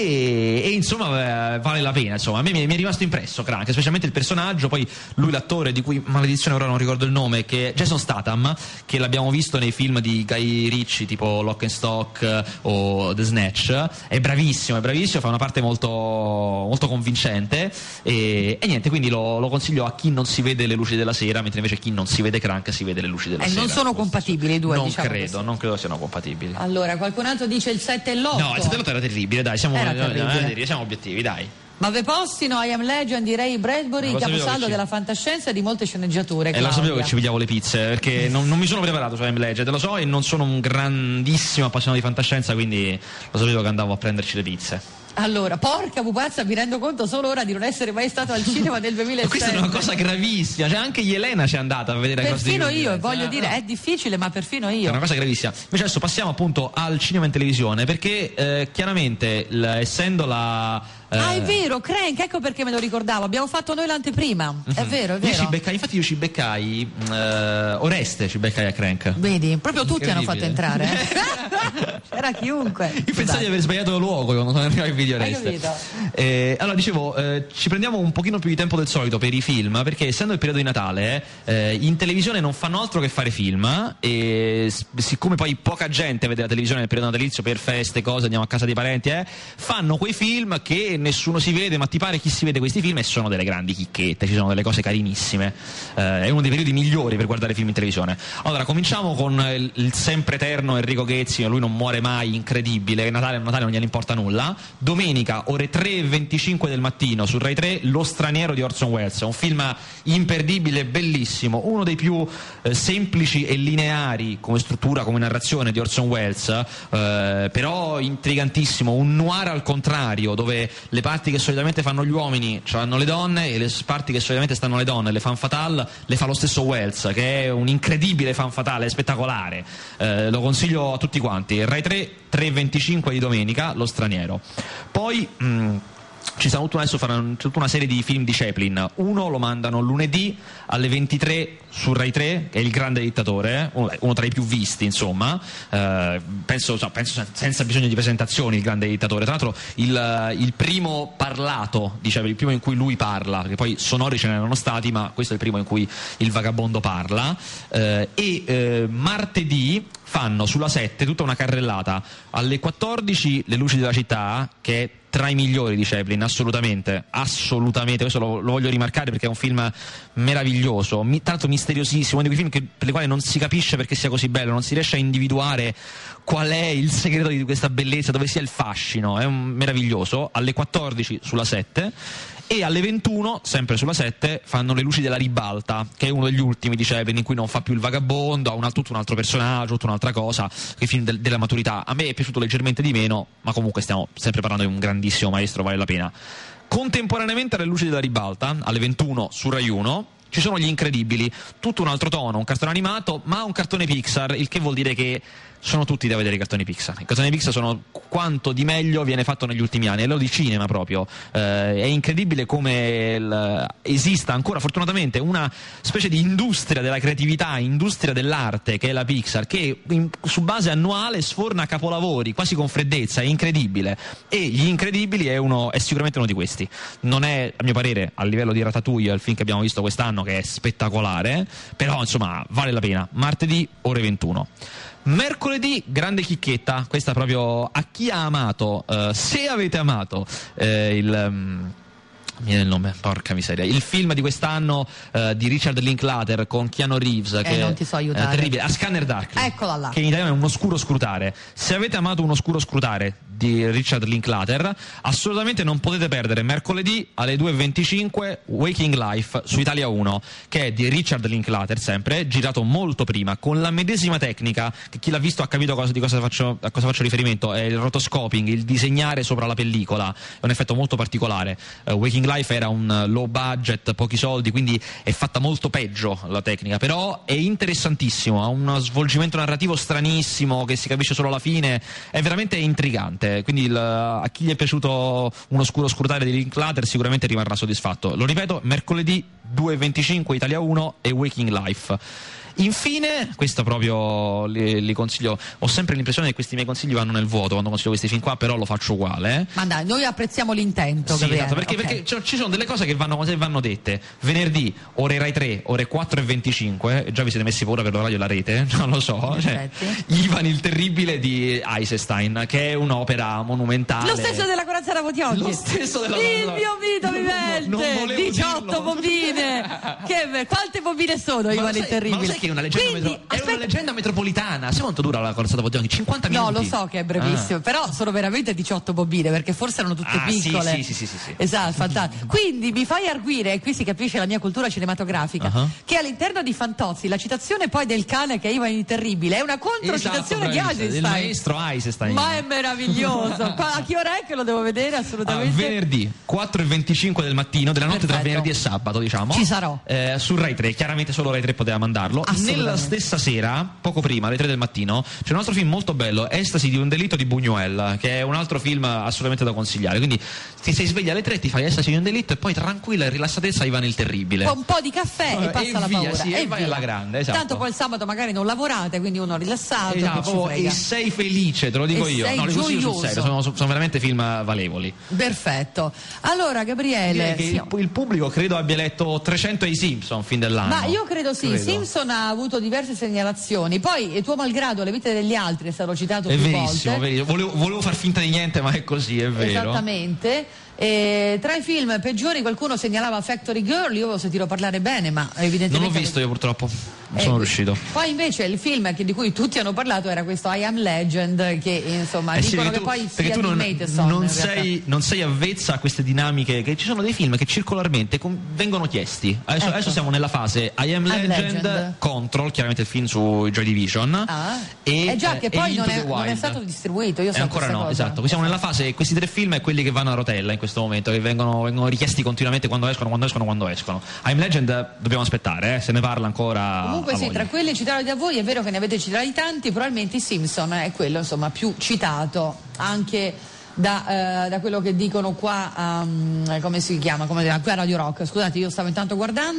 E insomma vale la pena, insomma. A me mi è rimasto impresso Crank, specialmente il personaggio, poi lui l'attore di cui maledizione ora non ricordo il nome, che è Jason Statham, che l'abbiamo visto nei film di Guy Ritchie tipo Lock and Stock o The Snatch, è bravissimo, fa una parte molto, molto convincente e niente, quindi lo consiglio a chi non si vede Le luci della sera, mentre invece chi non si vede Crank si vede Le luci della sera. Non sono compatibili i due, non credo siano compatibili. Allora, qualcun altro dice il 7 e l'8. No, il 7 e l'8 era terribile, dai, siamo obiettivi, dai. Ma ve postino I Am Legend di Ray Bradbury, caposaldo della fantascienza e di molte sceneggiature. Lo sapevo che ci pigliavo le pizze, perché non mi sono preparato su I Am Legend, lo so, e non sono un grandissimo appassionato di fantascienza, quindi lo sapevo che andavo a prenderci le pizze. Allora, porca pupazza, mi rendo conto solo ora di non essere mai stato al cinema nel 2007. Questa è una cosa gravissima, cioè anche Elena ci è andata a vedere cose di perfino io, voglio dire, è difficile, ma perfino io. È una cosa gravissima. Invece adesso passiamo appunto al cinema in televisione, perché chiaramente essendo la è vero, Crank, ecco perché me lo ricordavo, abbiamo fatto noi l'anteprima. È vero. Io ci beccai Oreste, ci beccai a Crank. Vedi, proprio tutti hanno fatto entrare. C'era chiunque. Io pensavo di aver sbagliato luogo quando sono arrivato in video Oreste. Allora dicevo, ci prendiamo un pochino più di tempo del solito per i film, perché essendo il periodo di Natale in televisione non fanno altro che fare film, e siccome poi poca gente vede la televisione nel periodo natalizio per feste, cose, andiamo a casa dei parenti, fanno quei film che nessuno si vede, ma ti pare chi si vede questi film, e sono delle grandi chicchette, ci sono delle cose carinissime, è uno dei periodi migliori per guardare film in televisione. Allora cominciamo con il sempre eterno Enrico Ghezzi, lui non muore mai, incredibile, Natale non gliene importa nulla. Domenica ore 3:25 del mattino su Rai 3 Lo straniero di Orson Welles, un film imperdibile, bellissimo, uno dei più semplici e lineari come struttura, come narrazione di Orson Welles, però intrigantissimo, un noir al contrario, dove le parti che solitamente fanno gli uomini ce l'hanno le donne, e le parti che solitamente stanno le donne, le fan fatale, le fa lo stesso Welles, che è un incredibile fan fatale, è spettacolare, lo consiglio a tutti quanti. Rai 3 3:25 di domenica, Lo straniero. Poi ci sarà tutta una serie di film di Chaplin. Uno lo mandano lunedì alle 23 su Rai 3, che è Il grande dittatore, uno tra i più visti, insomma, penso senza bisogno di presentazioni, Il grande dittatore. Tra l'altro il primo parlato, diciamo, il primo in cui lui parla, perché poi sonori ce n'erano stati, ma questo è il primo in cui il vagabondo parla. Martedì fanno sulla 7 tutta una carrellata. Alle 14 Le luci della città, che è tra i migliori di Chaplin, assolutamente, questo lo voglio rimarcare perché è un film meraviglioso, tanto misteriosissimo, uno di quei film per i quali non si capisce perché sia così bello, non si riesce a individuare qual è il segreto di questa bellezza, dove sia il fascino, è meraviglioso. Alle 14 sulla 7 e alle 21, sempre sulla 7, fanno Le luci della ribalta, che è uno degli ultimi di Chaplin in cui non fa più il vagabondo, ha tutto un altro personaggio, tutta un'altra cosa, che film della maturità. A me è piaciuto leggermente di meno, ma comunque stiamo sempre parlando di un grandissimo maestro, vale la pena. Contemporaneamente alle luci della ribalta, alle 21 su Rai 1, ci sono Gli Incredibili, tutto un altro tono, un cartone animato, ma un cartone Pixar, il che vuol dire che sono tutti da vedere i cartoni Pixar. I cartoni Pixar sono quanto di meglio viene fatto negli ultimi anni, è l'oro di cinema proprio. È incredibile come esista ancora fortunatamente una specie di industria della creatività, industria dell'arte che è la Pixar, che su base annuale sforna capolavori quasi con freddezza, è incredibile. E Gli Incredibili è sicuramente uno di questi. Non è, a mio parere, a livello di Ratatouille il film che abbiamo visto quest'anno, che è spettacolare, però insomma vale la pena. Martedì ore 21. Mercoledì, grande chicchetta, questa proprio a chi ha amato, se avete amato mi viene il nome, porca miseria, il film di quest'anno di Richard Linklater con Keanu Reeves, che non ti so aiutare, terribile, A Scanner Darkly, eccola là, che in italiano è Un oscuro scrutare. Se avete amato Un oscuro scrutare di Richard Linklater, assolutamente non potete perdere mercoledì alle 2:25 Waking Life su Italia 1, che è di Richard Linklater, sempre girato molto prima, con la medesima tecnica che chi l'ha visto ha capito a cosa faccio riferimento. È il rotoscoping, il disegnare sopra la pellicola, è un effetto molto particolare. Waking Life era un low budget, pochi soldi, quindi è fatta molto peggio la tecnica, però è interessantissimo, ha uno svolgimento narrativo stranissimo che si capisce solo alla fine, è veramente intrigante. Quindi a chi gli è piaciuto Un oscuro scrutare di Linklater sicuramente rimarrà soddisfatto. Lo ripeto, mercoledì 2:25 Italia 1 e Waking Life. Infine, questo proprio li consiglio, ho sempre l'impressione che questi miei consigli vanno nel vuoto quando consiglio questi film qua, però lo faccio uguale. Ma dai, noi apprezziamo l'intento, sì, esatto, okay, perché ci sono delle cose che vanno dette. Venerdì, ore Rai 3, ore 4:25, già vi siete messi paura per l'orario della rete, non lo so, Ivan il Terribile di Eisenstein, che è un'opera monumentale. Lo stesso della Corazzata Voti oggi. Lo stesso della Il mio mito vivente, 18 bobine. Quante bobine sono, Ivan il Terribile? Ma lo sai che è una leggenda metropolitana? Sai quanto dura la Corazzata Voti oggi? 50 minuti. No, lo so che è brevissimo, però sono veramente 18 bobine, perché forse erano tutte piccole. Sì. Esatto, fantastico. Quindi mi fai arguire, e qui si capisce la mia cultura cinematografica, che all'interno di Fantozzi la citazione poi del cane che è Ivan il Terribile è una controcitazione di Eisenstein. Del maestro Eisenstein. Ma è meraviglioso. A che ora è che lo devo vedere? Assolutamente. Venerdì 4:25 del mattino, della notte tra venerdì e sabato, diciamo. Ci sarò. Su Rai 3, chiaramente solo Rai 3 poteva mandarlo. Nella stessa sera, poco prima, alle 3 del mattino, c'è un altro film molto bello, Estasi di un delitto di Buñuel, che è un altro film assolutamente da consigliare. Quindi ti sei sveglia alle 3, ti fai Estasi di un delitto e poi tranquilla e rilassatezza Ivan il Terribile. Un po' di caffè e passa la paura. E vai alla grande, esatto. Tanto poi il sabato magari non lavorate, quindi uno rilassato. Esatto, e sei felice, te lo dico io. Sei no, gioioso. Sul serio, sono veramente film valevoli. Perfetto. Allora, Gabriele, il pubblico credo abbia letto 300 ai Simpson fin dell'anno. Ma io credo sì. Simpson ha avuto diverse segnalazioni. Poi, tuo malgrado, Le vite degli altri è stato citato più volte. Verissimo. Volevo far finta di niente, ma è così, è vero. Esattamente. Tra i film peggiori qualcuno segnalava Factory Girl, io lo sentirò parlare bene, ma evidentemente non l'ho visto io purtroppo, non sono riuscito. Poi invece il film di cui tutti hanno parlato era questo I Am Legend, che insomma dicono che poi sia di Matheson. Non sei avvezza a queste dinamiche, che ci sono dei film che circolarmente vengono chiesti. Adesso siamo nella fase I Am Legend, Control, chiaramente il film su Joy Division, che poi non è stato distribuito, io so ancora no, cosa. esatto. Qui siamo nella fase, questi tre film è quelli che vanno a rotella in questo momento, che vengono richiesti continuamente quando escono. I Am Legend dobbiamo aspettare, se ne parla ancora. Comunque sì, tra quelli citati da voi è vero che ne avete citati tanti, probabilmente i Simpson è quello insomma più citato anche da quello che dicono qua, come si chiama, qui a Radio Rock. Scusate, io stavo intanto guardando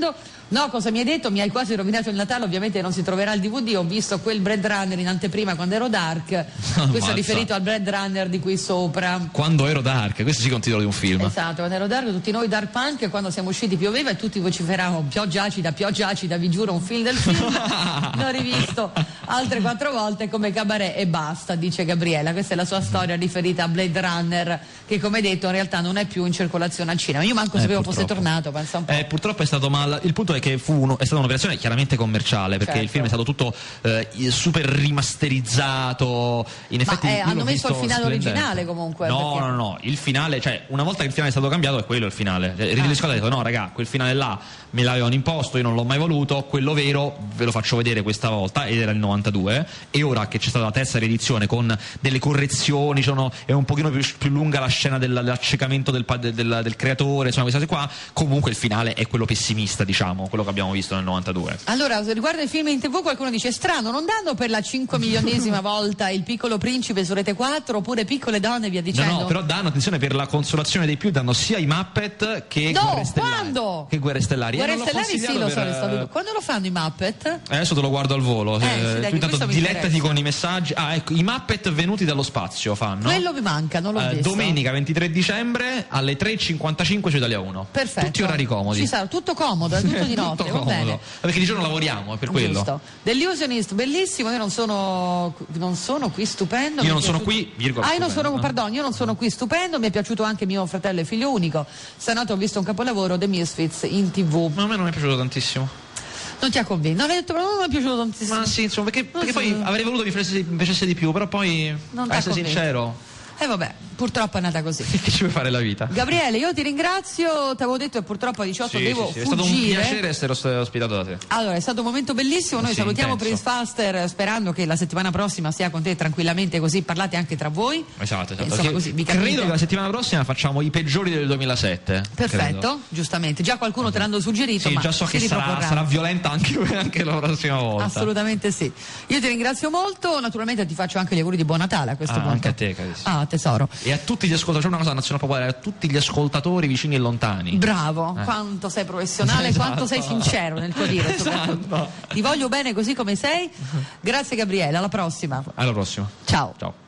No, cosa mi hai detto? Mi hai quasi rovinato il Natale, ovviamente non si troverà il DVD, ho visto quel Blade Runner in anteprima quando ero Dark, questo è riferito al Blade Runner di qui sopra. Quando ero Dark, questo sì che è un titolo di un film. Esatto, quando ero Dark, tutti noi Dark Punk, quando siamo usciti pioveva e tutti vociferavamo pioggia acida, vi giuro un film del film, l'ho rivisto altre 4 volte come Cabaret e basta, dice Gabriella, questa è la sua storia riferita a Blade Runner, che come detto in realtà non è più in circolazione al cinema, io manco sapevo fosse tornato, pensa un po'. Purtroppo è stato mal, il punto è che è stata un'operazione chiaramente commerciale, perché il film è stato tutto super rimasterizzato, in effetti hanno messo il finale originale comunque. No, il finale, cioè una volta che il finale è stato cambiato è quello il finale. Ridley Scott ha detto no raga, quel finale là me l'avevano imposto, io non l'ho mai voluto, quello vero ve lo faccio vedere questa volta, ed era il 92, e ora che c'è stata la terza riedizione con delle correzioni, è un pochino più lunga la scena dell'accecamento del creatore, insomma queste cose qua, comunque il finale è quello pessimista, diciamo, quello che abbiamo visto nel 92. Allora, riguardo i film in TV, qualcuno dice strano, non danno per la 5.000.000ª volta Il Piccolo Principe su Rete 4 oppure Piccole Donne, via dicendo? No, però danno, attenzione, per la consolazione dei più danno sia i Muppet che Guerre Stellari. Quando? Che Guerre Stellari. Guerre Stellari sì, lo so, quando lo fanno i Muppet? Adesso te lo guardo al volo. Sì, dai, tu intanto dilettati con i messaggi. Ecco, i Muppet venuti dallo spazio fanno. Quello mi manca, non l'ho visto. Domenica 23 dicembre alle 3.55 su Italia 1. Perfetto. Tutti orari comodi. Ci sarà tutto comodo, è tutto di notte, tutto va bene. Perché di giorno lavoriamo, è per quello. Giusto. The Illusionist, bellissimo, io non sono qui stupendo. Io non sono qui, virgola. io non sono qui stupendo, mi è piaciuto anche Mio fratello e figlio unico. Stanotte ho visto un capolavoro, The Misfits, in TV. Ma a me non è piaciuto tantissimo. Non ti ha convinto? No, detto, non mi è piaciuto tantissimo. Ma sì, insomma, perché poi avrei voluto mi piacesse di più, però poi, non essere sincero. Vabbè, purtroppo è nata così. Che ci vuoi fare la vita? Gabriele, io ti ringrazio, ti avevo detto che purtroppo alle 18 devo fuggire. È stato un piacere essere ospitato da te. Allora, è stato un momento bellissimo, noi salutiamo intenso. Prince Faster sperando che la settimana prossima sia con te tranquillamente, così parlate anche tra voi. Esatto. Insomma, così vi credo capite. che la settimana prossima facciamo i peggiori del 2007. Perfetto, credo. Giustamente, già qualcuno te l'hanno suggerito, sì, ma già so che riproporrà. sarà violenta anche la prossima volta. Assolutamente sì. Io ti ringrazio molto, naturalmente ti faccio anche gli auguri di buon Natale a questo punto. Anche a te, carissimo. Tesoro. E a tutti gli ascoltatori, c'è una cosa nazionale popolare, a tutti gli ascoltatori vicini e lontani. Bravo, quanto sei professionale, quanto sei sincero nel tuo dire. Ti voglio bene così come sei. Grazie Gabriele, alla prossima. Alla prossima. Ciao. Ciao.